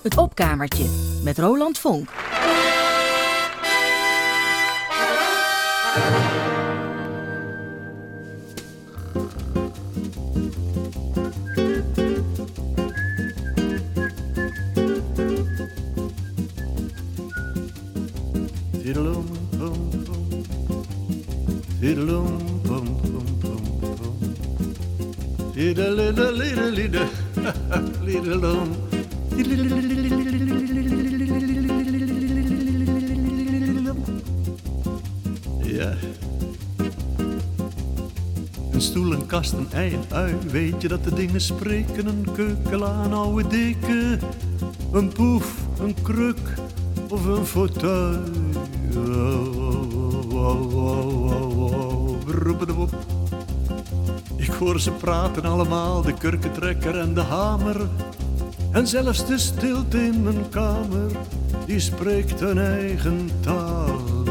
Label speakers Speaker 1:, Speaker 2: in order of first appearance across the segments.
Speaker 1: Het opkamertje met Roland Vonk.
Speaker 2: Ja. Een stoel, een kast, een ei, een ui. Weet je dat de dingen spreken? Een keukenla, een oude deken. Een poef, een kruk of een fauteuil. Roepen hem op. Ik hoor ze praten allemaal, de kurkentrekker en de hamer. En zelfs de stilte in mijn kamer, die spreekt hun eigen taal.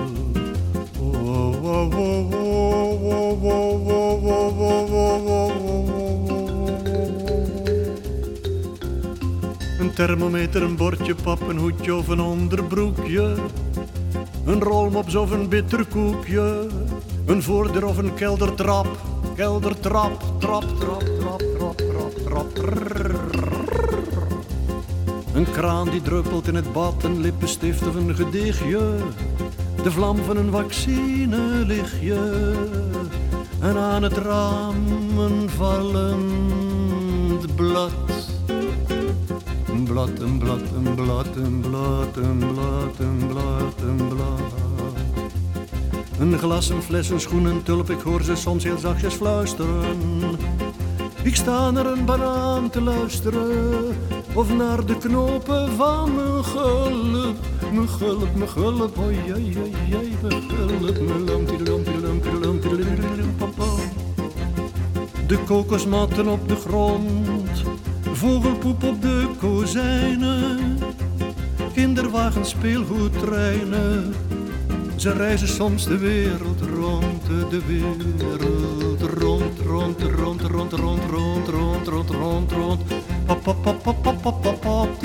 Speaker 2: Een thermometer, een bordje pap, een hoedje of een onderbroekje. Een rolmops of een bitter koekje. Een voordeur of een keldertrap. Keldertrap, trap, trap, trap, trap, trap, trap. Een kraan die druppelt in het bad, een lippenstift of een gedichtje. De vlam van een vaccinelichtje. En aan het raam een vallend blad. Een blad, een blad, een blad, een blad, een blad, een blad, een blad. Een glas, een fles, een schoen, een tulp, ik hoor ze soms heel zachtjes fluisteren. Ik sta naar een banaan te luisteren, of naar de knopen van mijn gulp. Mijn gulp, mijn gulp, oi, oi, oi, oi, mijn gulp, mijn lampje, lampje, lampje, lampje, papa. De kokosmatten op de grond, vogelpoep op de kozijnen, kinderwagens, speelgoedtreinen. Ze reizen soms de wereld rond, de wereld rond, rond, rond, rond, rond, rond, rond, rond, rond, rond. Pop, pop, pop, pop, pop, pop, pop, pop.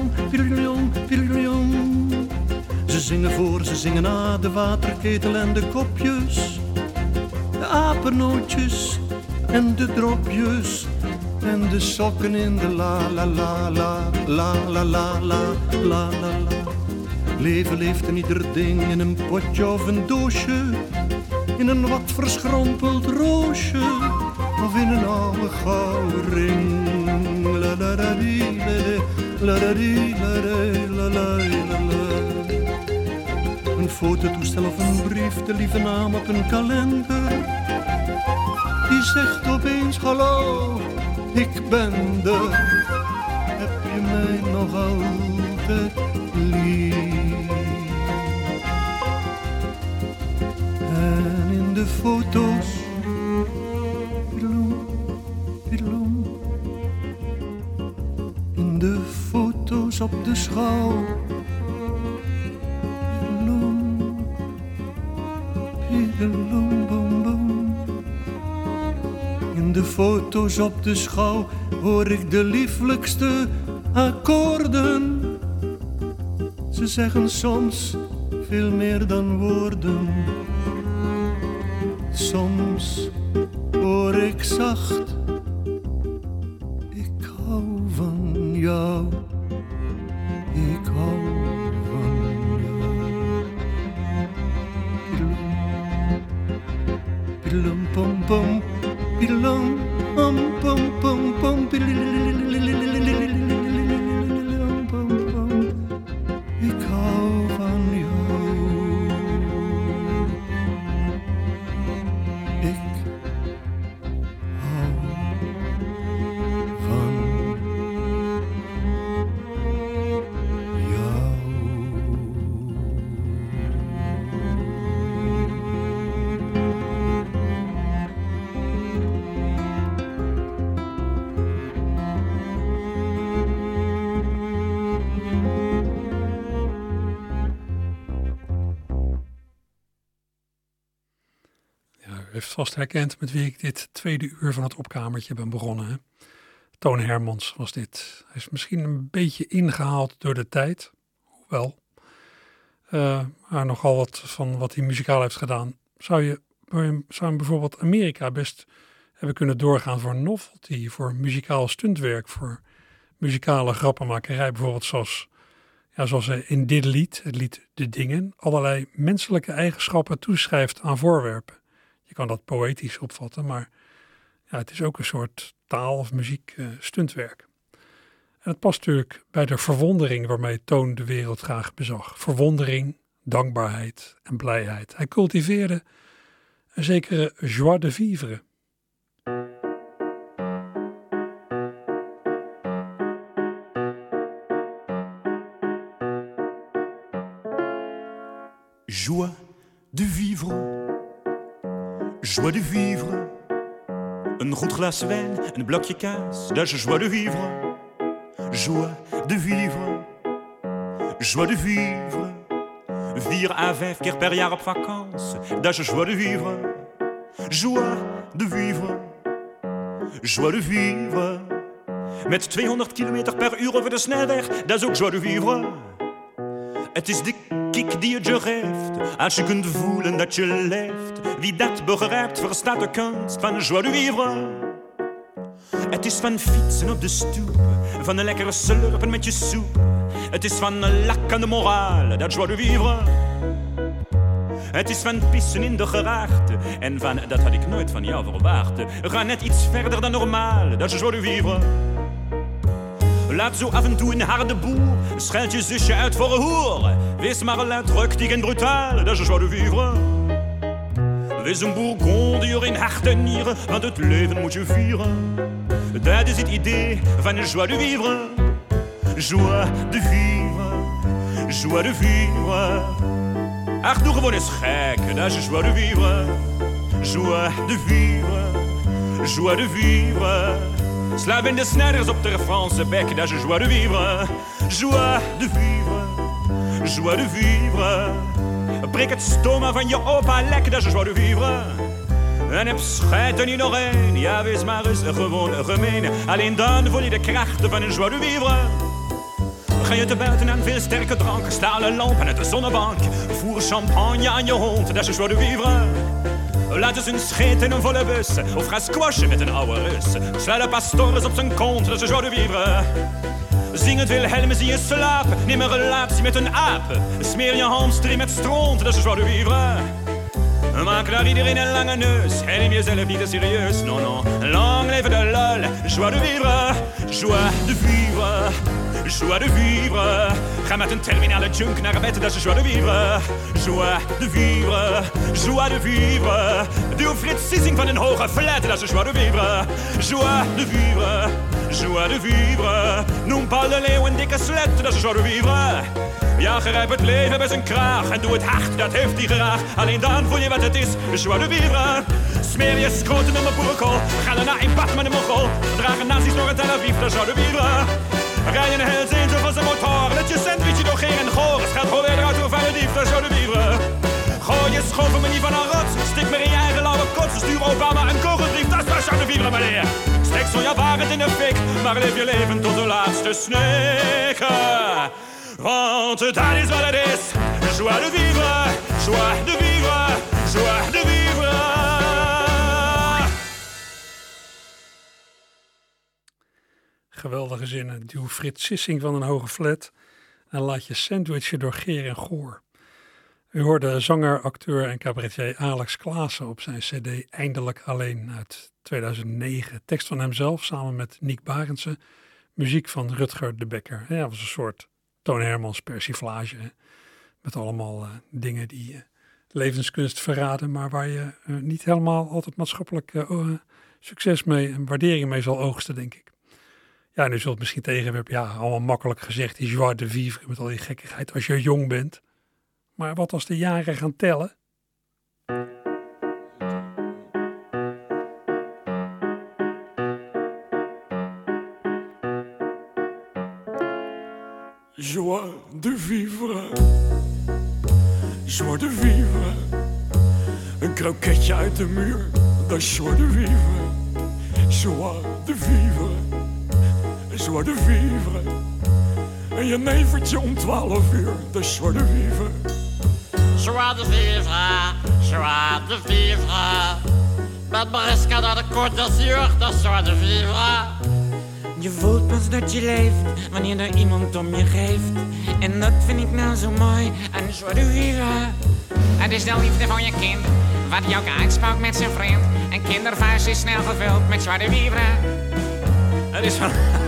Speaker 2: Ze zingen voor, ze zingen na, de waterketel en de kopjes, de apennootjes en de dropjes en de sokken in de la la la la la la la la la la. Leven leeft in ieder ding, in een potje of een doosje, in een wat verschrompeld roosje, of in een oude gouden ring. La la la di, la la di, la la la la la. Een fototoestel of een brief, de lieve naam op een kalender, die zegt opeens hallo, ik ben er. Heb je mij nog altijd lief? En in de foto's, in de foto's op de schouw, in de foto's op de schouw hoor ik de lieflijkste akkoorden. Ze zeggen soms veel meer dan woorden. Soms hoor ik zacht, ik hou van jou, ik hou van jou. Piddelum pom pom, piddelum pom pom pom pom, piddelum pom pom. Ik hou van jou. Ik hou van jou.
Speaker 3: U heeft vast herkend met wie ik dit tweede uur van het opkamertje ben begonnen. Hè? Toon Hermans was dit. Hij is misschien een beetje ingehaald door de tijd. Hoewel. Maar nogal wat van wat hij muzikaal heeft gedaan. Zou hem bijvoorbeeld Amerika best hebben kunnen doorgaan voor novelty. Voor muzikaal stuntwerk. Voor muzikale grappenmakerij. Bijvoorbeeld zoals hij in dit lied, het lied De Dingen, allerlei menselijke eigenschappen toeschrijft aan voorwerpen. Je kan dat poëtisch opvatten, maar het is ook een soort taal of muziek stuntwerk. En het past natuurlijk bij de verwondering waarmee Toon de wereld graag bezag. Verwondering, dankbaarheid en blijheid. Hij cultiveerde een zekere joie de vivre.
Speaker 4: Joie de vivre, joie de vivre. Een goed glas wijn, een blokje kaas, dat is joie de vivre. Joie de vivre, joie de vivre. 4 à 5 keer per jaar op vakantie, dat is joie de vivre. Joie de vivre, joie de vivre. Met 200 kilometer per uur over de snelweg, dat is ook joie de vivre. Het is de kick die het je geeft, als je kunt voelen dat je leeft. Wie dat begrijpt, verstaat de kunst van joie de vivre. Het is van fietsen op de stoep, van een lekkere slurpen met je soep. Het is van een lak aan de moraal, dat joie de vivre. Het is van pissen in de gracht en van, dat had ik nooit van jou verwacht. Ga net iets verder dan normaal, dat is joie de vivre. Laat zo af en toe een harde boer, scheld je zusje uit voor een hoer. Wees maar luidruchtig en brutaal, dat is joie de vivre. Wees een bourgondier in hart en nieren, want het leven moet je vieren. Dat is het idee van een joie de vivre. Joie de vivre, joie de vivre. Ach, doe gewoon eens gek, dat is joie de vivre. Joie de vivre, joie de vivre. Slaap in de snijders op de Franse bek, dat is joie de vivre. Joie de vivre, joie de vivre. Prik het stoma van je opa lek, dat is joie de vivre. En heb scheid er niet nog één, ja wees maar eens gewoon gemeen. Alleen dan voel je de krachten van een joie de vivre. Ga je te buiten aan veel sterke drank, stalen lampen uit de zonnebank. Voer champagne aan je hond, dat is joie de vivre. Laat eens een scheet in een volle bus, of ga squashen met een oude Rus. Sla de pastores op zijn kont, dat is joie de vivre. Zing het Wilhelmus in je slaap, neem een relatie met een aap. Smeer je hamstring met stront, dat is joie de vivre. Maak naar iedereen een lange neus, en neem jezelf niet te serieus, non non. Lang leven de lol, joie de vivre, joie de vivre. Joie de vivre. Ga met een terminale junk naar bed, dat is joie de vivre. Joie de vivre, joie de vivre. Doe Frits Sissing van een hoge flat, dat is joie de vivre. Joie de vivre, joie de vivre. Noem Paul de Leeuw een dikke slet, dat is joie de vivre. Ja, grijp het leven bij zijn kraag en doe het hard, dat heeft hij graag. Alleen dan voel je wat het is, joie de vivre. Smeer je schroten in mijn boerenkool, ga daarna in bad met een mogol. Dragen nazi's door het Tel Aviv, dat is joie de vivre. Rij een heel eentje van zijn motor, let je sandwichje door geen en goor. Schat gewoon weer eruit door van de dief, dat is joie de vivre. Gooi je schoven me niet van een rot, stik me in je eigen lauwe kots. Stuur Obama een kogelbrief, dat is joie de vivre, meneer. Stek zo je waarheid in de fik, maar leef je leven tot de laatste snikken. Want dat is wat het is, joie de vivre, joie de vivre, joie de vivre.
Speaker 3: Geweldige zinnen. Duw Frits Sissing van een hoge flat en laat je sandwichen door Geer en Goor. U hoorde zanger, acteur en cabaretier Alex Klaassen op zijn cd Eindelijk Alleen uit 2009. Tekst van hemzelf samen met Niek Barendse. Muziek van Rutger de Bekker. Ja, dat was een soort Toon Hermans persiflage. Hè? Met allemaal dingen die levenskunst verraden, maar waar je niet helemaal altijd maatschappelijk succes mee en waardering mee zal oogsten, denk ik. Ja, nu zult het misschien tegenwerpen, ja, allemaal makkelijk gezegd, die joie de vivre met al die gekkigheid als je jong bent. Maar wat als de jaren gaan tellen?
Speaker 4: Joie de vivre, joie de vivre. Een kroketje uit de muur, dat is joie de vivre. Joie de vivre. joie de vivre. En je nevertje om 12 uur, de joie de vivre.
Speaker 5: Joie de vivre, joie de vivre. Met Mariska naar de Côte d'Azur, de joie de vivre.
Speaker 6: Je voelt pas dat je leeft, wanneer er iemand om je geeft. En dat vind ik nou zo mooi aan joie de vivre. Het is de liefde van je kind, wat je ook uitspookt met zijn vriend. Een kindervuist is snel gevuld met joie de vivre.
Speaker 4: Het is van...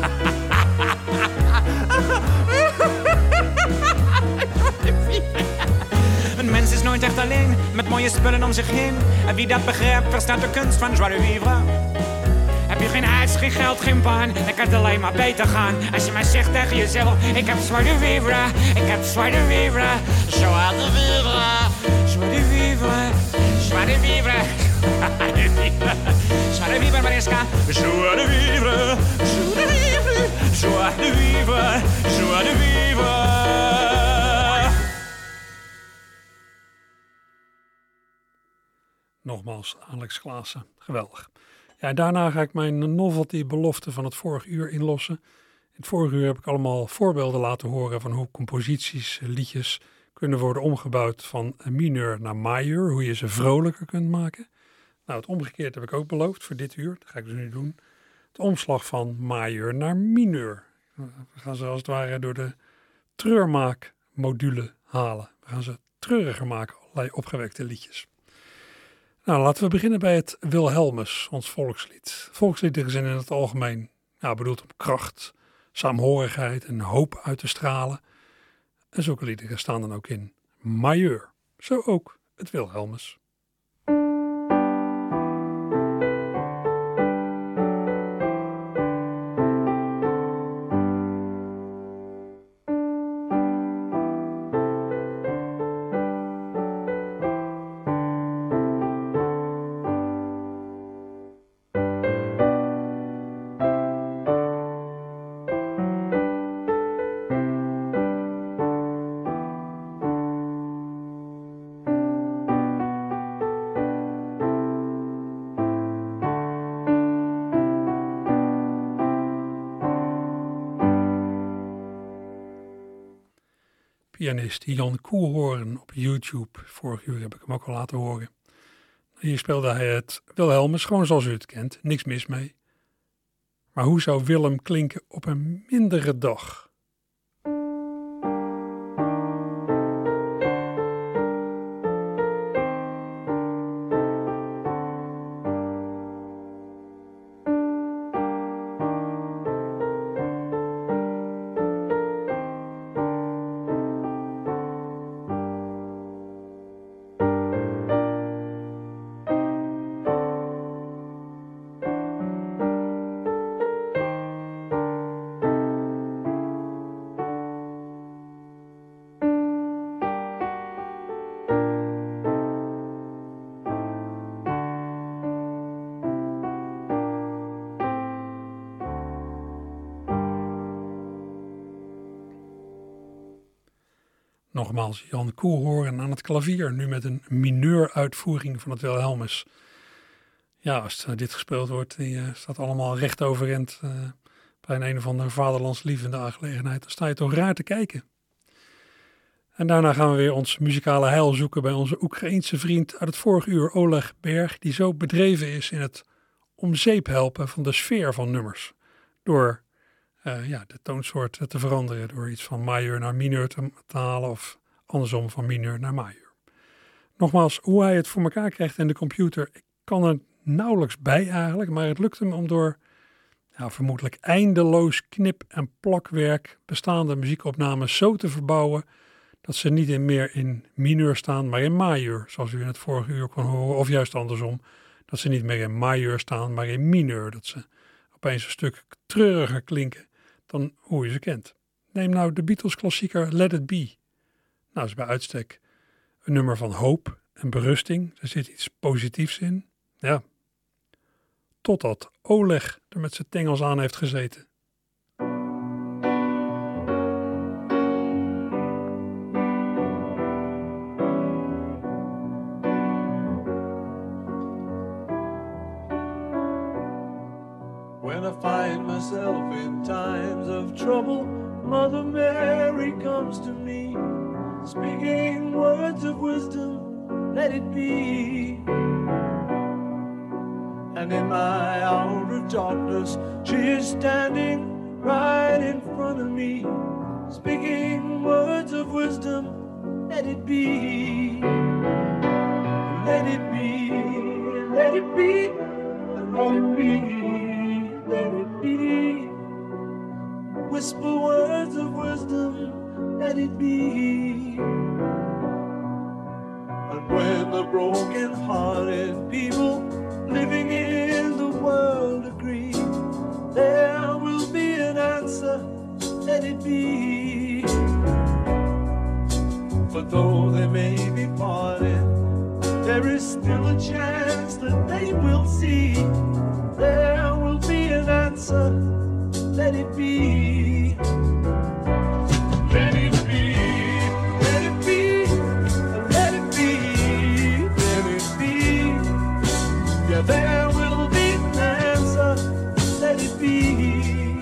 Speaker 6: Een mens is nooit echt alleen, met mooie spullen om zich heen. En wie dat begrijpt, verstaat de kunst van joie de vivre. Heb je geen huis, geen geld, geen baan, dan kan het alleen maar beter gaan. Als je mij zegt tegen jezelf, ik heb joie de vivre, ik heb joie de vivre.
Speaker 5: Joie de vivre,
Speaker 6: Joie de vivre, joie de vivre. Joie de vivre, Mariska.
Speaker 4: Joie de vivre, joie de vivre, joie de vivre, joie de vivre.
Speaker 3: Nogmaals, Alex Klaassen. Geweldig. Ja, daarna ga ik mijn novelty-belofte van het vorige uur inlossen. In het vorige uur heb ik allemaal voorbeelden laten horen van hoe composities, liedjes kunnen worden omgebouwd van mineur naar majeur. Hoe je ze vrolijker kunt maken. Nou, het omgekeerd heb ik ook beloofd voor dit uur. Dat ga ik dus nu doen. Het omslag van majeur naar mineur. We gaan ze als het ware door de treurmaakmodule halen. We gaan ze treuriger maken, allerlei opgewekte liedjes. Nou, laten we beginnen bij het Wilhelmus, ons volkslied. Volksliederen zijn in het algemeen bedoeld om kracht, saamhorigheid en hoop uit te stralen. En zulke liederen staan dan ook in majeur. Zo ook het Wilhelmus. Pianist Jan Koelhoorn op YouTube. Vorig uur heb ik hem ook al laten horen. Hier speelde hij het Wilhelmus, gewoon zoals u het kent. Niks mis mee. Maar hoe zou Willem klinken op een mindere dag? Nogmaals, Jan Koelhoorn aan het klavier, nu met een mineuruitvoering van het Wilhelmus. Ja, als dit gespeeld wordt, die staat allemaal recht overeind bij een of andere vaderlandslievende aangelegenheid. Dan sta je toch raar te kijken. En daarna gaan we weer ons muzikale heil zoeken bij onze Oekraïense vriend uit het vorige uur, Oleg Berg, die zo bedreven is in het om zeep helpen van de sfeer van nummers. Door de toonsoort te veranderen, door iets van majeur naar mineur te halen of andersom van mineur naar majeur. Nogmaals, hoe hij het voor elkaar krijgt in de computer, ik kan er nauwelijks bij eigenlijk, maar het lukt hem om door vermoedelijk eindeloos knip- en plakwerk bestaande muziekopnames zo te verbouwen dat ze niet meer in mineur staan, maar in majeur, zoals u in het vorige uur kon horen, of juist andersom, dat ze niet meer in majeur staan, maar in mineur, dat ze opeens een stuk treuriger klinken dan hoe je ze kent. Neem nou de Beatles klassieker Let It Be. Nou, is bij uitstek een nummer van hoop en berusting. Er zit iets positiefs in. Ja. Totdat Oleg er met zijn tengels aan heeft gezeten.
Speaker 7: When I find myself myself in times of trouble, Mother Mary comes to me, speaking words of wisdom, let it be. And in my hour of darkness, she is standing right in front of me, speaking words of wisdom, let it be. Let it be, let it be, let it be, let it be. Whisper words of wisdom, let it be. And when the broken-hearted people living in the world agree, there will be an answer, let it be. But though they may be parted, there is still a chance that they will see. There will be an answer, let it be. Let it be, let it be, let it be, let it be. Yeah, there will be an answer, let it be.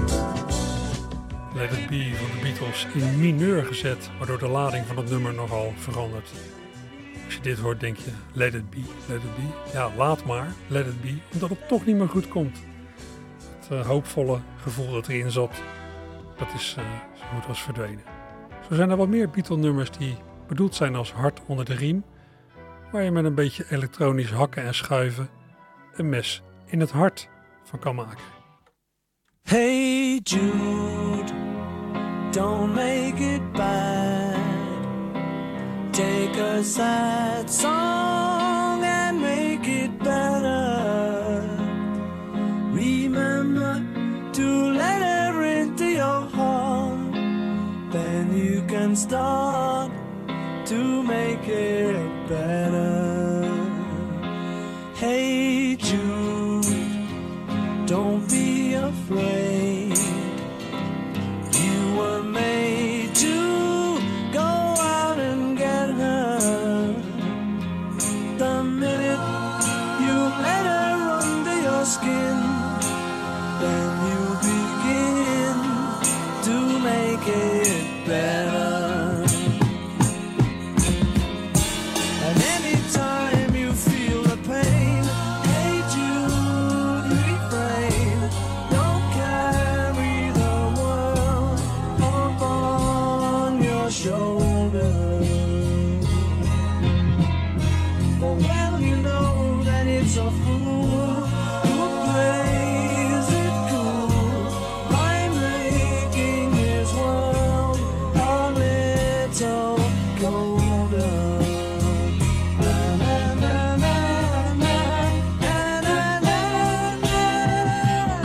Speaker 3: Let It Be van de Beatles in mineur gezet, waardoor de lading van het nummer nogal verandert. Als je dit hoort denk je, let it be, let it be. Ja, laat maar, let it be, omdat het toch niet meer goed komt. Het hoopvolle gevoel dat erin zat, dat is zo goed als verdwenen. Zo zijn er wat meer Beatle-nummers die bedoeld zijn als hart onder de riem, waar je met een beetje elektronisch hakken en schuiven een mes in het hart van kan maken.
Speaker 7: Hey Jude, don't make it bad. Take a sad song and make it better. Remember to let her into your heart. Then you can start to make it better. Hey Jude, don't be afraid. You were made to go out and get her. The minute you let her under your skin, then you begin to make it better. And anytime you feel the pain, hey Jude, refrain. Don't carry the world upon your shoulders. For well you know that it's a fool who plays it cool by making his world a little colder. Na, na, na, na, na, na, na, na.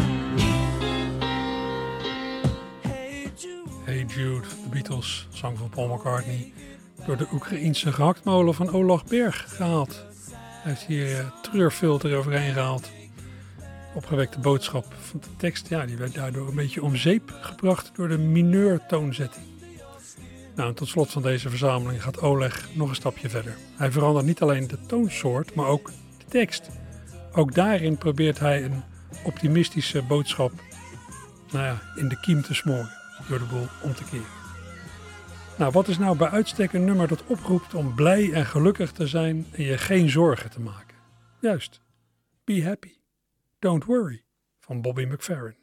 Speaker 7: Hey Jude.
Speaker 3: Hey Jude, de Beatles, zang van Paul McCartney, door de Oekraïense gehaktmolen van Olaf Berg gehaald. Hij heeft hier treurfilter overheen gehaald. Opgewekte boodschap van de tekst, ja, die werd daardoor een beetje om zeep gebracht door de mineurtoonzetting. Nou, en tot slot van deze verzameling gaat Oleg nog een stapje verder. Hij verandert niet alleen de toonsoort, maar ook de tekst. Ook daarin probeert hij een optimistische boodschap in de kiem te smoren, door de boel om te keren. Nou, wat is nou bij uitstek een nummer dat oproept om blij en gelukkig te zijn en je geen zorgen te maken? Juist, Be Happy, Don't Worry van Bobby McFerrin.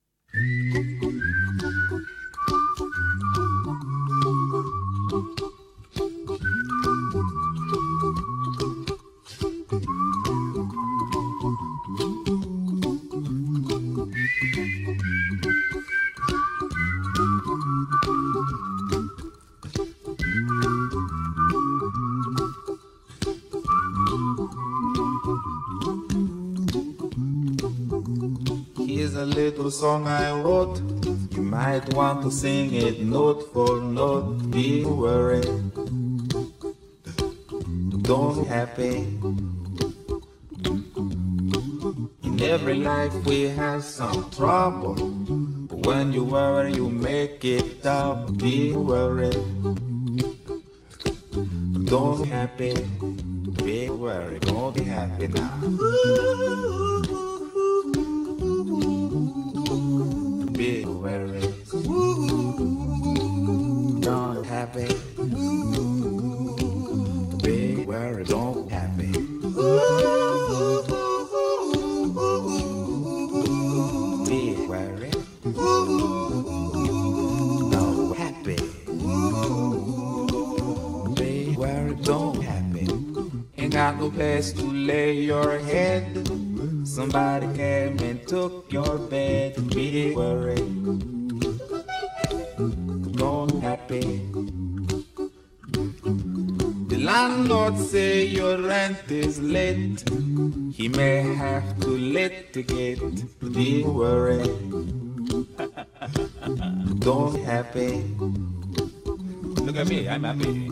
Speaker 8: Here's a little song I wrote. You might want to sing it note for note. Be worried, don't be happy. In every life we have some trouble, but when you worry you make it up. Be worried, don't be happy. Be worried, don't be happy now. be worried. Don't happy. Be worried, don't happy. Be worried. No happy. Be worried, don't happy. Ain't got no place to lay your head. Somebody came and took your bed. Be worried. Don't happy. The landlord say your rent is late. He may have to litigate. Be worried. Don't happy. Look at me, I'm happy.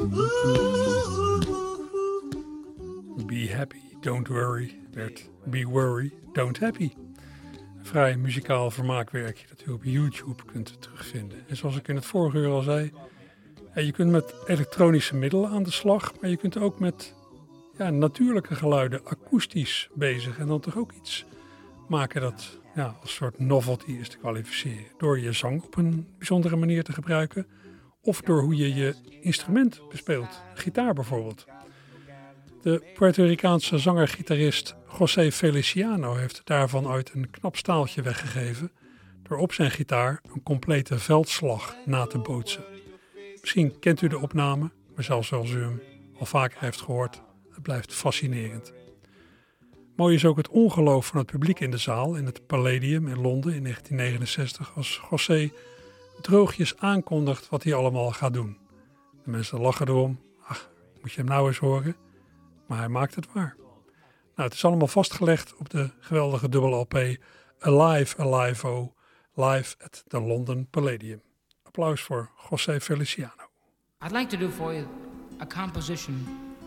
Speaker 3: Be happy, don't worry, werd be worry, don't happy. Een vrij muzikaal vermaakwerkje dat u op YouTube kunt terugvinden. En zoals ik in het vorige uur al zei, je kunt met elektronische middelen aan de slag, maar je kunt ook met natuurlijke geluiden, akoestisch bezig. En dan toch ook iets maken dat als soort novelty is te kwalificeren. Door je zang op een bijzondere manier te gebruiken of door hoe je je instrument bespeelt. Gitaar bijvoorbeeld. De Puerto Ricaanse zanger-gitarist José Feliciano heeft daarvan ooit een knap staaltje weggegeven door op zijn gitaar een complete veldslag na te bootsen. Misschien kent u de opname, maar zelfs als u hem al vaker heeft gehoord, het blijft fascinerend. Mooi is ook het ongeloof van het publiek in de zaal in het Palladium in Londen in 1969 als José droogjes aankondigt wat hij allemaal gaat doen. De mensen lachen erom, moet je hem nou eens horen, maar hij maakt het waar. Nou, het is allemaal vastgelegd op de geweldige dubbel LP Alive, Alive, Oh, live at the London Palladium. Applaus voor José Feliciano.
Speaker 9: I'd like to do for you a composition.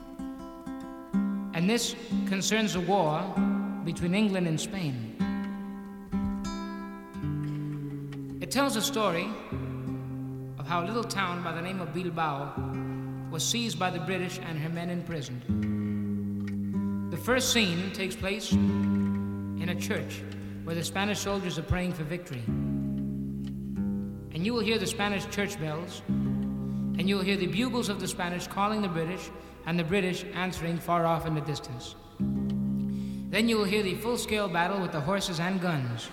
Speaker 9: And this concerns a war between England and Spain. It tells a story of how a little town by the name of Bilbao was seized by the British and her men imprisoned. The first scene takes place in a church where the Spanish soldiers are praying for victory. And you will hear the Spanish church bells, and you will hear the bugles of the Spanish calling the British, and the British answering far off in the distance. Then you will hear the full-scale battle with the horses and guns.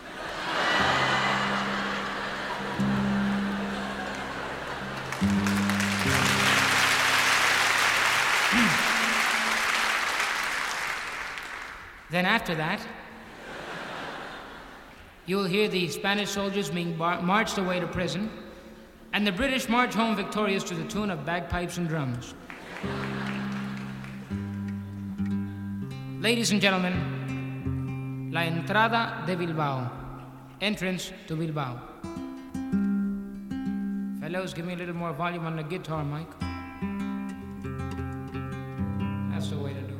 Speaker 9: Then after that, you will hear the Spanish soldiers being marched away to prison, and the British march home victorious to the tune of bagpipes and drums. Ladies and gentlemen, la entrada de Bilbao, entrance to Bilbao. Fellows, give me a little more volume on the guitar, Mike. That's the way to do it.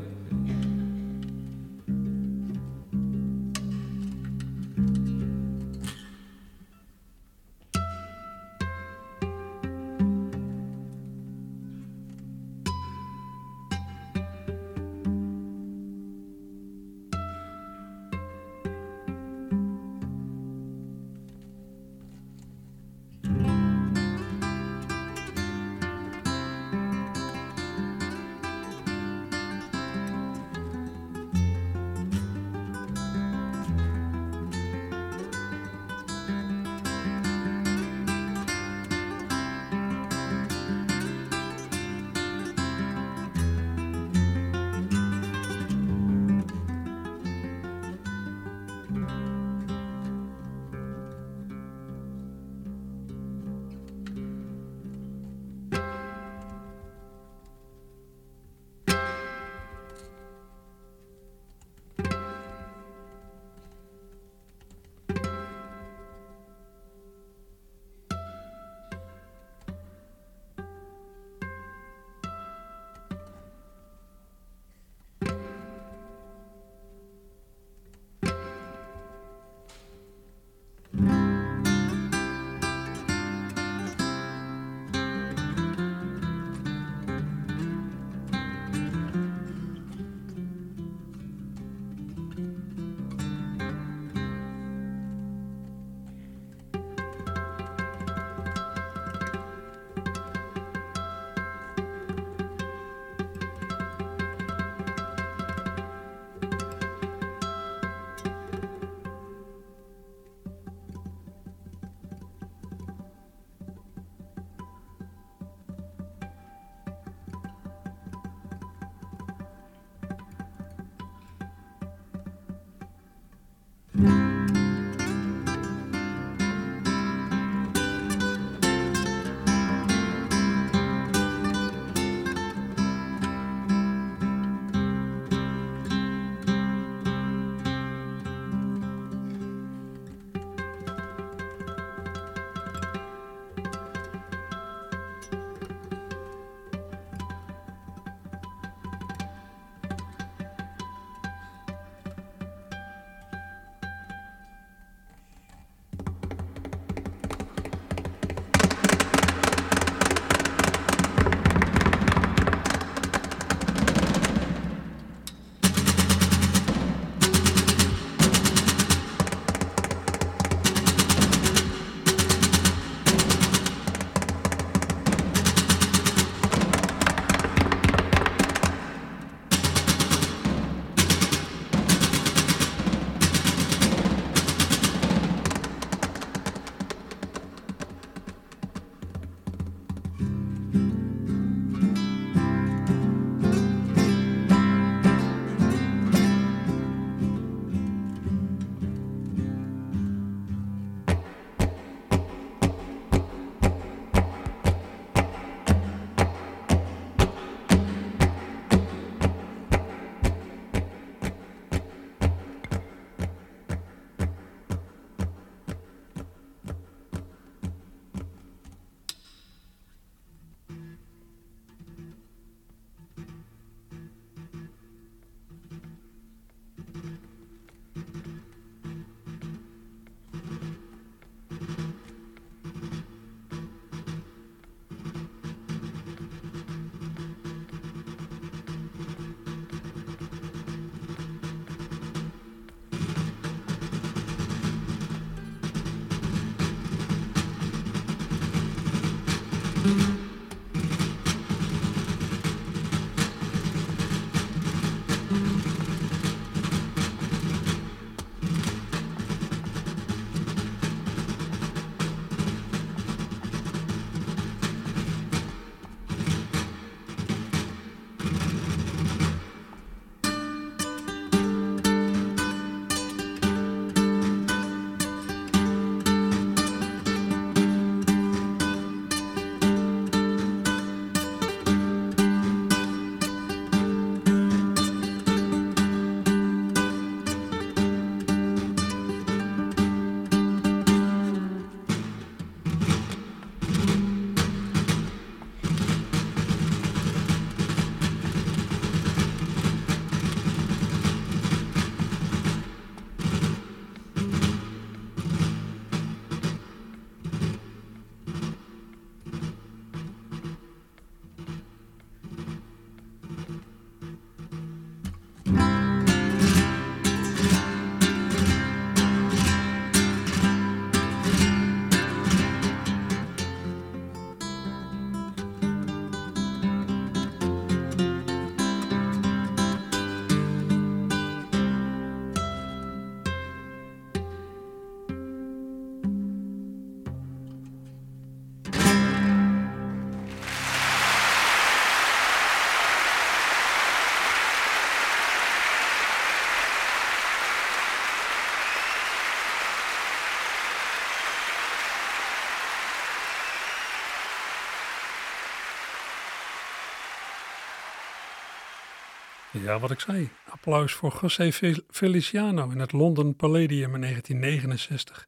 Speaker 3: Ja, wat ik zei. Applaus voor José Feliciano in het London Palladium in 1969.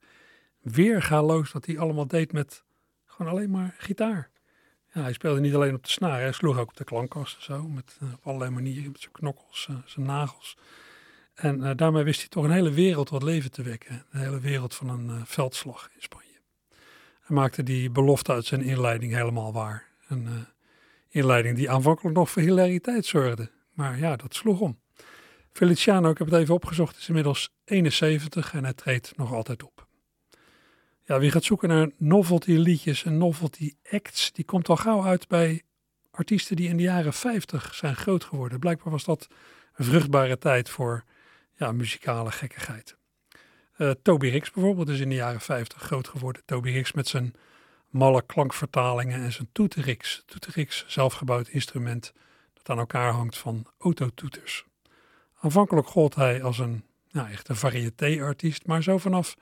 Speaker 3: Weergaloos wat hij allemaal deed met gewoon alleen maar gitaar. Ja, hij speelde niet alleen op de snaar, hij sloeg ook op de klankkast en zo. Op allerlei manieren, met zijn knokkels, zijn nagels. En daarmee wist hij toch een hele wereld tot leven te wekken. De hele wereld van een veldslag in Spanje. Hij maakte die belofte uit zijn inleiding helemaal waar. Een inleiding die aanvankelijk nog voor hilariteit zorgde. Maar ja, dat sloeg om. Feliciano, ik heb het even opgezocht, is inmiddels 71 en hij treedt nog altijd op. Ja, wie gaat zoeken naar novelty liedjes en novelty acts, die komt al gauw uit bij artiesten die in de jaren 50 zijn groot geworden. Blijkbaar was dat een vruchtbare tijd voor muzikale gekkigheid. Toby Rix bijvoorbeeld is in de jaren 50 groot geworden. Toby Rix met zijn malle klankvertalingen en zijn toeterix. Toeterix, zelfgebouwd instrument dat aan elkaar hangt van autotoeters. Aanvankelijk gold hij als een echte variété-artiest, maar zo vanaf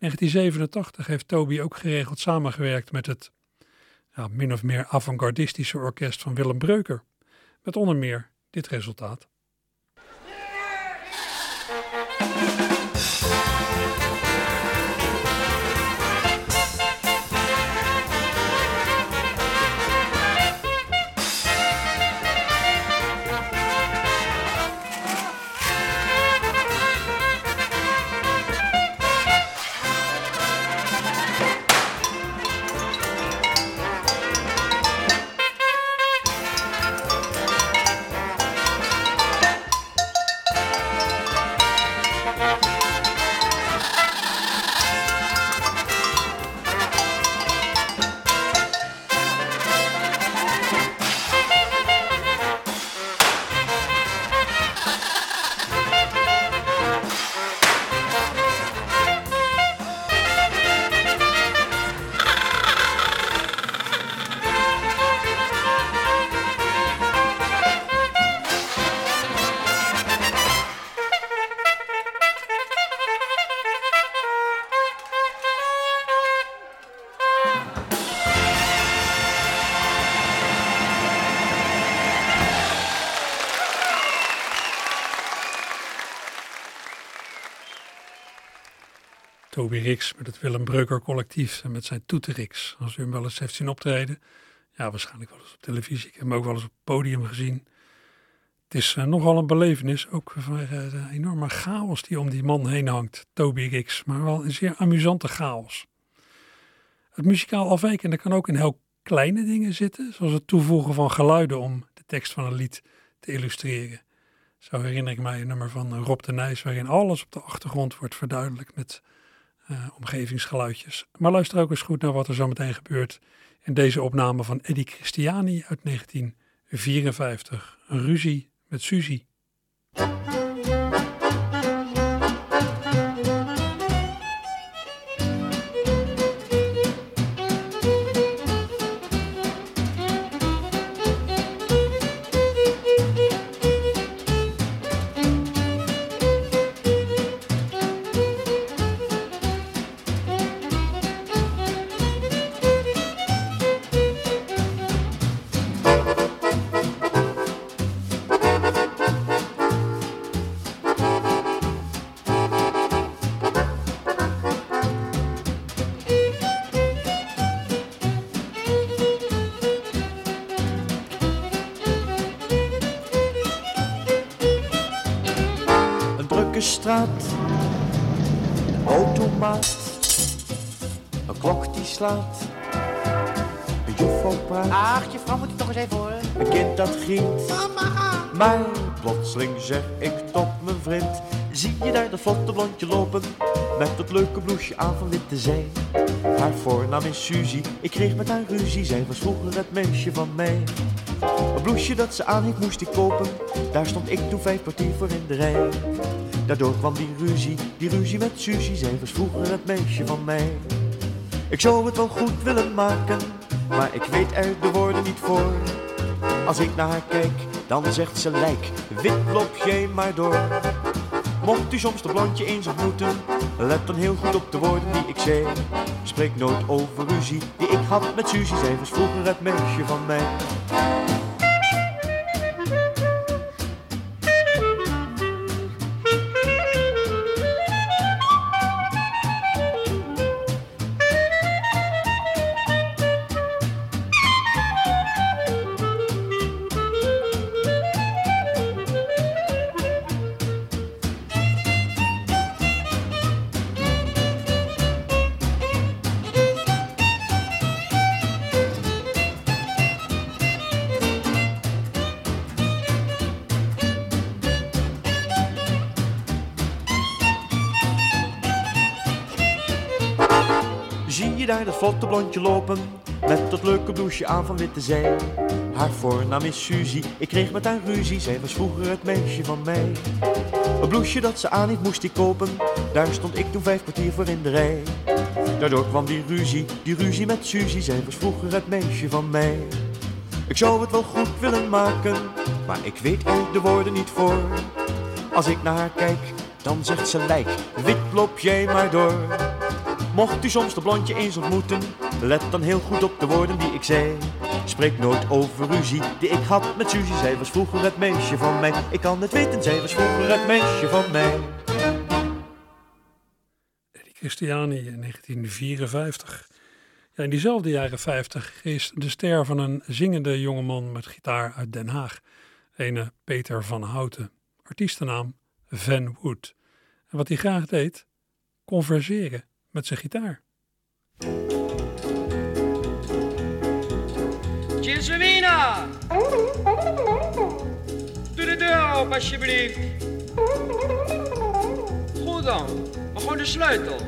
Speaker 3: 1987 heeft Toby ook geregeld samengewerkt met het min of meer avant-gardistische orkest van Willem Breuker. Met onder meer dit resultaat. Toby Rix met het Willem Breuker collectief en met zijn toeterix. Als u hem wel eens heeft zien optreden. Ja, waarschijnlijk wel eens op televisie. Ik heb hem ook wel eens op het podium gezien. Het is nogal een belevenis. Ook vanwege de enorme chaos die om die man heen hangt. Toby Rix. Maar wel een zeer amusante chaos. Het muzikaal afwijkende kan ook in heel kleine dingen zitten. Zoals het toevoegen van geluiden om de tekst van een lied te illustreren. Zo herinner ik mij een nummer van Rob de Nijs. Waarin alles op de achtergrond wordt verduidelijkt met omgevingsgeluidjes. Maar luister ook eens goed naar wat er zo meteen gebeurt In deze opname van Eddie Christiani uit 1954. Een ruzie met Suzy.
Speaker 7: Straat, een automaat, een klok die slaat, een juffrouw praat.
Speaker 10: Ach, juffrouw, moet ik toch eens even horen?
Speaker 7: Een kind dat giet, mama. Maar plotseling zeg ik tot mijn vriend: zie je daar dat vlotte blondje lopen, met dat leuke bloesje aan van witte zij? Haar voornaam is Suzy, ik kreeg met haar ruzie, zij was vroeger het meisje van mij. Een bloesje dat ze aan heeft moest ik kopen, daar stond ik toen 5 kwartier voor in de rij. Daardoor kwam die ruzie met Suzy, zij was vroeger het meisje van mij. Ik zou het wel goed willen maken, maar ik weet er de woorden niet voor. Als ik naar haar kijk, dan zegt ze lijk, wit loop jij maar door. Mocht u soms de blondje eens ontmoeten, let dan heel goed op de woorden die ik zei. Spreek nooit over ruzie die ik had met Suzy, zij was vroeger het meisje van mij. Zie je daar dat vlotte blondje lopen, met dat leuke bloesje aan van witte zij? Haar voornaam is Suzy, ik kreeg met haar ruzie, zij was vroeger het meisje van mij. Een bloesje dat ze aan heeft moest ik kopen, daar stond ik toen 5 kwartier voor in de rij. Daardoor kwam die ruzie met Suzy, zij was vroeger het meisje van mij. Ik zou het wel goed willen maken, maar ik weet er de woorden niet voor. Als ik naar haar kijk, dan zegt ze lijk, wit loop jij maar door. Mocht u soms de blondje eens ontmoeten, let dan heel goed op de woorden die ik zei. Spreek nooit over ruzie die ik had met Suzy, zij was vroeger het meisje van mij. Ik kan het weten, zij was vroeger het meisje van mij.
Speaker 3: Eddie Christiani in 1954. Ja, in diezelfde jaren 50 is de ster van een zingende jongeman met gitaar uit Den Haag. Ene Peter van Houten. Artiestennaam Van Wood. En wat hij graag deed, converseren met zijn gitaar.
Speaker 11: Gilsumina! Doe de deur open alsjeblieft. Goed dan, maar gewoon de sleutel.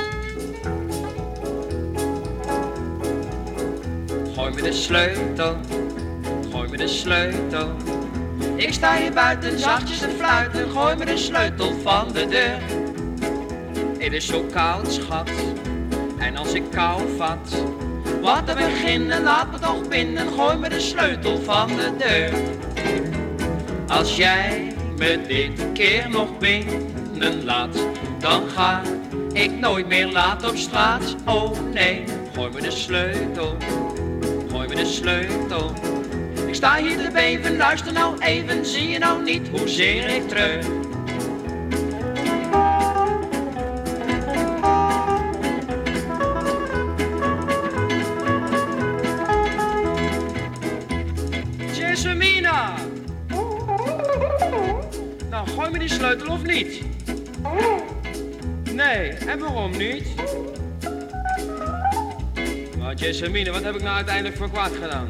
Speaker 11: Gooi me de sleutel, gooi me de sleutel. Ik sta hier buiten zachtjes te fluiten, gooi me de sleutel van de deur. Het is zo koud, schat, en als ik kou vat, wat te beginnen, laat me toch binnen, gooi me de sleutel van de deur. Als jij me dit keer nog binnen laat, dan ga ik nooit meer laat op straat. Oh nee, gooi me de sleutel, gooi me de sleutel. Ik sta hier te beven, luister nou even, zie je nou niet hoezeer ik treur? Jessamina! Nou, gooi me die sleutel of niet? Nee, en waarom niet? Maar Jessamine, wat heb ik nou uiteindelijk voor kwaad gedaan?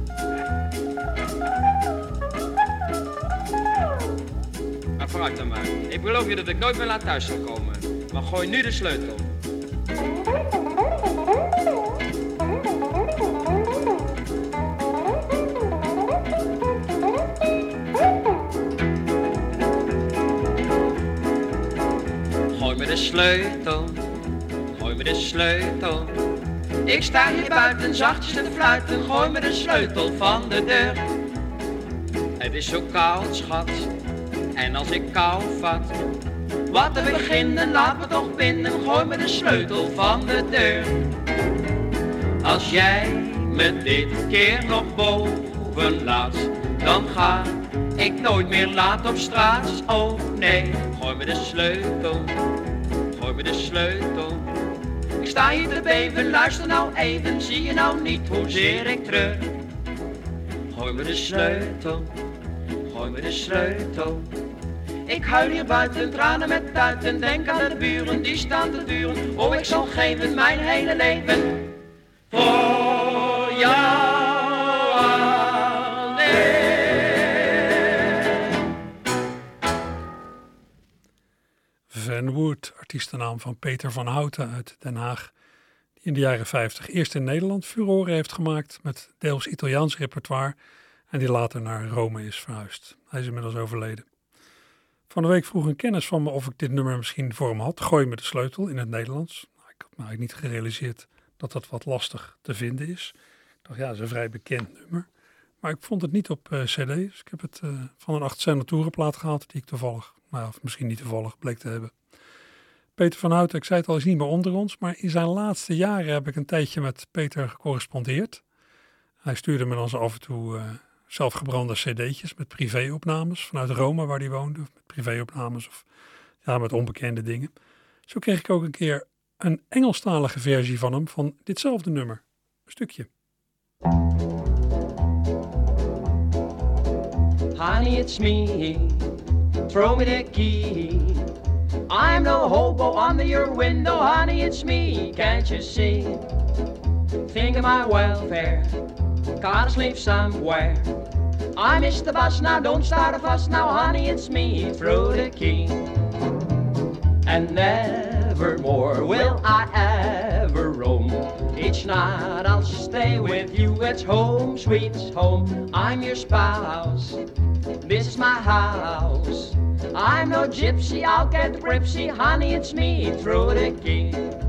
Speaker 11: Maar vooruit dan maar. Ik beloof je dat ik nooit meer laat thuis zal komen. Maar gooi nu de sleutel. sleutel, gooi me de sleutel. Ik sta hier buiten zachtjes te fluiten, gooi me de sleutel van de deur. Het is zo koud, schat, en als ik kou vat, wat te beginnen, laat me toch binnen, gooi me de sleutel van de deur. Als jij me dit keer nog boven laat, dan ga ik nooit meer laat op straat. Oh nee, gooi me de sleutel, gooi me de sleutel. Ik sta hier te beven, luister nou even, zie je nou niet hoezeer ik treur. Gooi me de sleutel, gooi me de sleutel. Ik huil hier buiten, tranen met tuiten, denk aan de buren, die staan te duren. Oh, ik zal geven mijn hele leven voor jou alleen.
Speaker 3: Van Wood, artiestennaam van Peter van Houten uit Den Haag, die in de jaren 50 eerst in Nederland furoren heeft gemaakt met deels Italiaans repertoire en die later naar Rome is verhuisd. Hij is inmiddels overleden. Van de week vroeg een kennis van me of ik dit nummer misschien voor hem had. Gooi me de sleutel in het Nederlands. Ik had me eigenlijk niet gerealiseerd dat dat wat lastig te vinden is. Ik dacht, ja, dat is een vrij bekend nummer. Maar ik vond het niet op cd. Dus ik heb het van een 8 toerenplaat gehaald die ik toevallig, of misschien niet toevallig, bleek te hebben. Peter van Houten, ik zei het al, is niet meer onder ons. Maar in zijn laatste jaren heb ik een tijdje met Peter gecorrespondeerd. Hij stuurde me dan zo af en toe zelfgebrande cd'tjes met privéopnames vanuit Rome waar hij woonde. Of met privéopnames of ja, met onbekende dingen. Zo kreeg ik ook een keer een Engelstalige versie van hem van ditzelfde nummer. Een stukje.
Speaker 11: Honey, it's me. Throw me the key. I'm no hobo under your window. Honey, it's me. Can't you see? Think of my welfare. Gotta sleep somewhere. I miss the bus now. Don't start a fuss now. Honey, it's me. Throw the key. And nevermore will I ever roam. Each night I'll stay with you. It's home, sweet home. I'm your spouse. This is my house. I'm no gypsy, I'll get gripsy. Honey, it's me. Throw the key.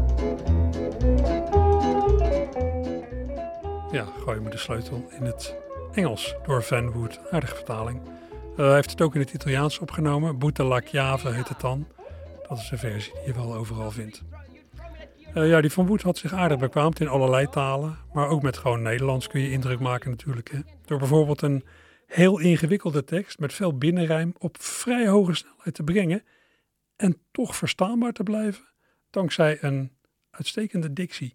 Speaker 3: Ja, gooi me de sleutel in het Engels door Van Wood. Aardige vertaling. Hij heeft het ook in het Italiaans opgenomen. Boete la chiave heet het dan. Dat is een versie die je wel overal vindt. Die Van Wood had zich aardig bekwaamd in allerlei talen. Maar ook met gewoon Nederlands kun je indruk maken natuurlijk. Hè? Door bijvoorbeeld een heel ingewikkelde tekst met veel binnenrijm op vrij hoge snelheid te brengen. En toch verstaanbaar te blijven. Dankzij een uitstekende dictie.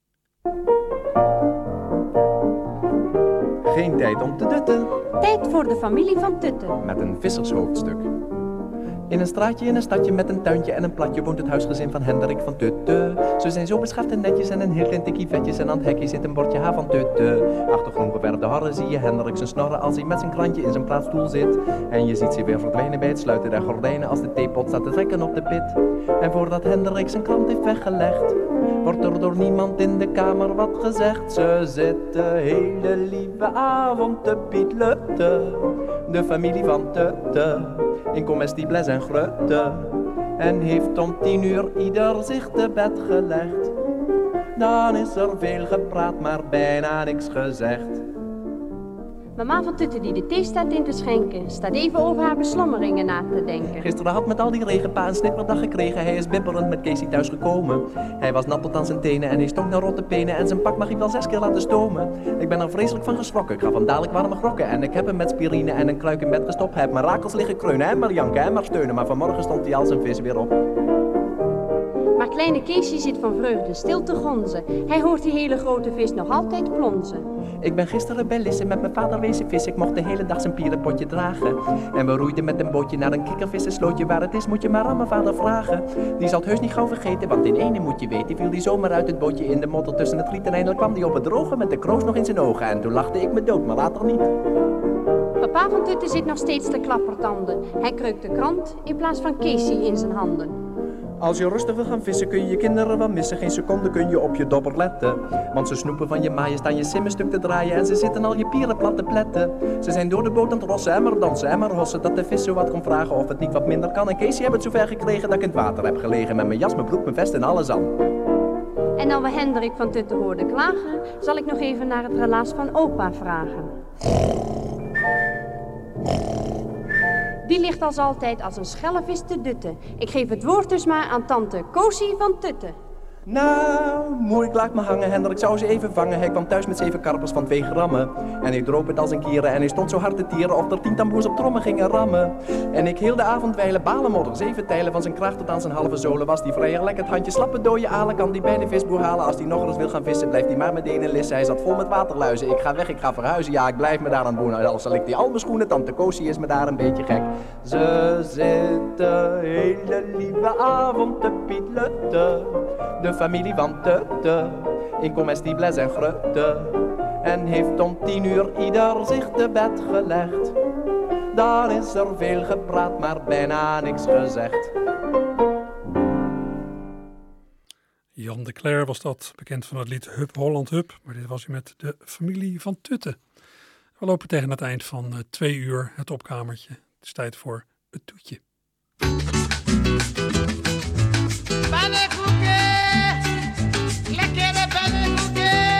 Speaker 12: Geen tijd om te dutten.
Speaker 13: Tijd voor de familie van Tutten.
Speaker 12: Met een vissershoofdstuk. In een straatje in een stadje met een tuintje en een platje woont het huisgezin van Hendrik van Tutten. Ze zijn zo beschaafd en netjes en een heel klein tikkie vetjes en aan het hekje zit een bordje H van Tutten. Achter groen geverfde harren zie je Hendrik zijn snorren als hij met zijn krantje in zijn plaatsstoel zit. En je ziet ze weer verdwijnen bij het sluiten der gordijnen als de theepot staat te trekken op de pit. En voordat Hendrik zijn krant heeft weggelegd, wordt er door niemand in de kamer wat gezegd. Ze zitten hele lieve avond te pietlutten, de familie van Tutten, in comestibles en grutten. En heeft om 10 uur ieder zich te bed gelegd. Dan is er veel gepraat, maar bijna niks gezegd.
Speaker 13: Mama van Tutten die de thee staat in te schenken, staat even over haar beslommeringen na te denken.
Speaker 12: Gisteren had met al die regen pa een snipperdag gekregen. Hij is bibberend met Casey thuis gekomen. Hij was nat tot aan zijn tenen en hij stonk naar rotte penen. En zijn pak mag hij wel 6 keer laten stomen. Ik ben er vreselijk van geschrokken, ik gaf hem dadelijk warme grokken. En ik heb hem met spirine en een kluik in bed gestopt. Heb mijn rakels liggen kreunen en maar janken en maar steunen. Maar vanmorgen stond hij al zijn vis weer op.
Speaker 13: Maar kleine Keesje zit van vreugde stil te gonzen. Hij hoort die hele grote vis nog altijd plonzen.
Speaker 12: Ik ben gisteren bij Lisse met mijn vader wezen vissen. Ik mocht de hele dag zijn pierenpotje dragen. En we roeiden met een bootje naar een kikkervissenslootje. Waar het is moet je maar aan mijn vader vragen. Die zal het heus niet gauw vergeten, want in ene moet je weten. Viel die zomaar uit het bootje in de modder tussen het riet. En eindelijk kwam die op het droge met de kroos nog in zijn ogen. En toen lachte ik me dood, maar later niet.
Speaker 13: Papa van Tutten zit nog steeds te klappertanden. Hij kreukt de krant in plaats van Casey in zijn handen.
Speaker 12: Als je rustig wil gaan vissen kun je je kinderen wel missen. Geen seconde kun je op je dobber letten. Want ze snoepen van je maaien, staan je simmen stuk te draaien. En ze zitten al je pieren plat te pletten. Ze zijn door de boot aan het rossen en maar dansen en maar hossen. Dat de vis zo wat komt vragen of het niet wat minder kan. En Casey heb het zover gekregen dat ik in het water heb gelegen. Met mijn jas, mijn broek, mijn vest en alles aan.
Speaker 13: En dan we Hendrik van Tutte hoorden klagen, zal ik nog even naar het relaas van opa vragen. Die ligt als altijd als een schellevis te dutten. Ik geef het woord dus maar aan tante Kosie van Tutte.
Speaker 12: Nou, moeilijk laat me hangen, Hendrik zou ze even vangen. Hij kwam thuis met 7 karpers van 2 grammen. En hij droop het als een kieren en hij stond zo hard te tieren of er 10 tamboers op trommen gingen rammen. En ik heel de avond wijlen, balenmodder, 7 tijlen van zijn kracht tot aan zijn halve zolen. Was die vrijer lekker het handje slappe dooie alen, kan die bij de visboer halen. Als die nog eens wil gaan vissen, blijft hij maar meteen in lissen. Hij zat vol met waterluizen, ik ga weg, ik ga verhuizen. Ja, ik blijf me daar aan boenen, al zal ik die al mijn schoenen. Tante Kosie is me daar een beetje gek. Ze zitten hele lieve avond te pietlutten. De familie van Tutte, in comestibles en grutte. En heeft om 10 uur ieder zich te bed gelegd. Daar is er veel gepraat, maar bijna niks gezegd.
Speaker 3: Jan de Cler was dat, bekend van het lied Hup Holland Hup. Maar dit was hij met de familie van Tutte. We lopen tegen het eind van 2 uur het opkamertje. Het is tijd voor het toetje.
Speaker 5: Lekkere pannenkoeken!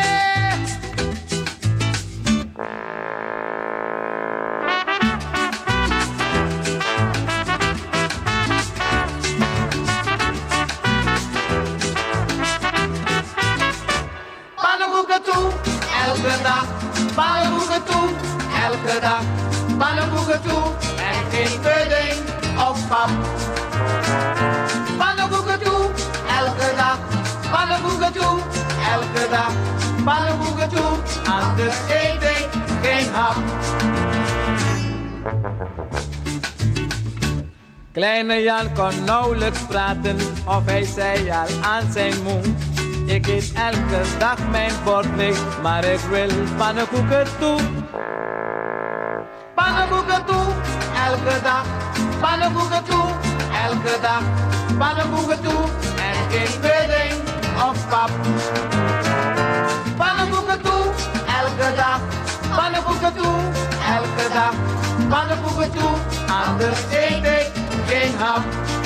Speaker 5: Pannenkoeken toe, elke dag. Pannenkoeken toe, elke dag. Pannenkoeken toe, en geen pudding of pap. Pannenkoeken toe, elke dag. Pannenkoeken toe, elke dag. Pannenkoeken toe, anders eet ik geen hap.
Speaker 8: Kleine Jan kon nauwelijks praten of hij zei al aan zijn moe. Ik eet elke dag mijn bord leeg, maar ik wil pannenkoeken toe.
Speaker 5: Pannenkoeken toe, elke dag. Pannenkoeken toe, elke dag. Pannenkoeken toe, en geen pudding of pap. Pannenkoeken toe, elke dag. Pannenkoeken toe, elke dag. Pannenkoeken toe, anders eet ik geen hap.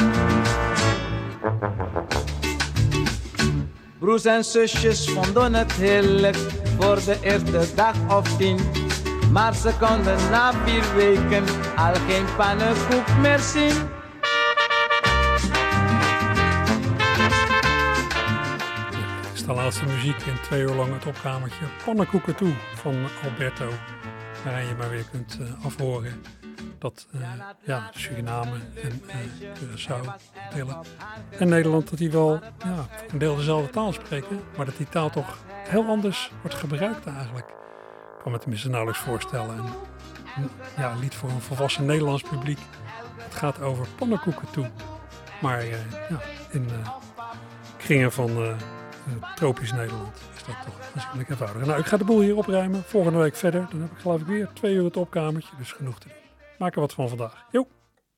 Speaker 8: Broers en zusjes vonden het heerlijk voor de eerste dag of 10. Maar ze konden na 4 weken al geen pannenkoek meer zien.
Speaker 3: De laatste muziek in 2 uur lang het opkamertje Pannenkoeken toe van Alberto. Waarin je maar weer kunt afhoren dat Suriname en Curaçao delen en Nederland dat die wel voor een deel dezelfde taal spreken, maar dat die taal toch heel anders wordt gebruikt eigenlijk. Ik kan me tenminste nauwelijks voorstellen. En, een lied voor een volwassen Nederlands publiek. Het gaat over pannenkoeken toe. Maar in kringen van tropisch Nederland is dat toch aanzienlijk eenvoudiger. Nou, ik ga de boel hier opruimen. Volgende week verder. Dan heb ik geloof ik weer 2 uur het opkamertje. Dus genoeg te doen. Maak er wat van vandaag. Jo!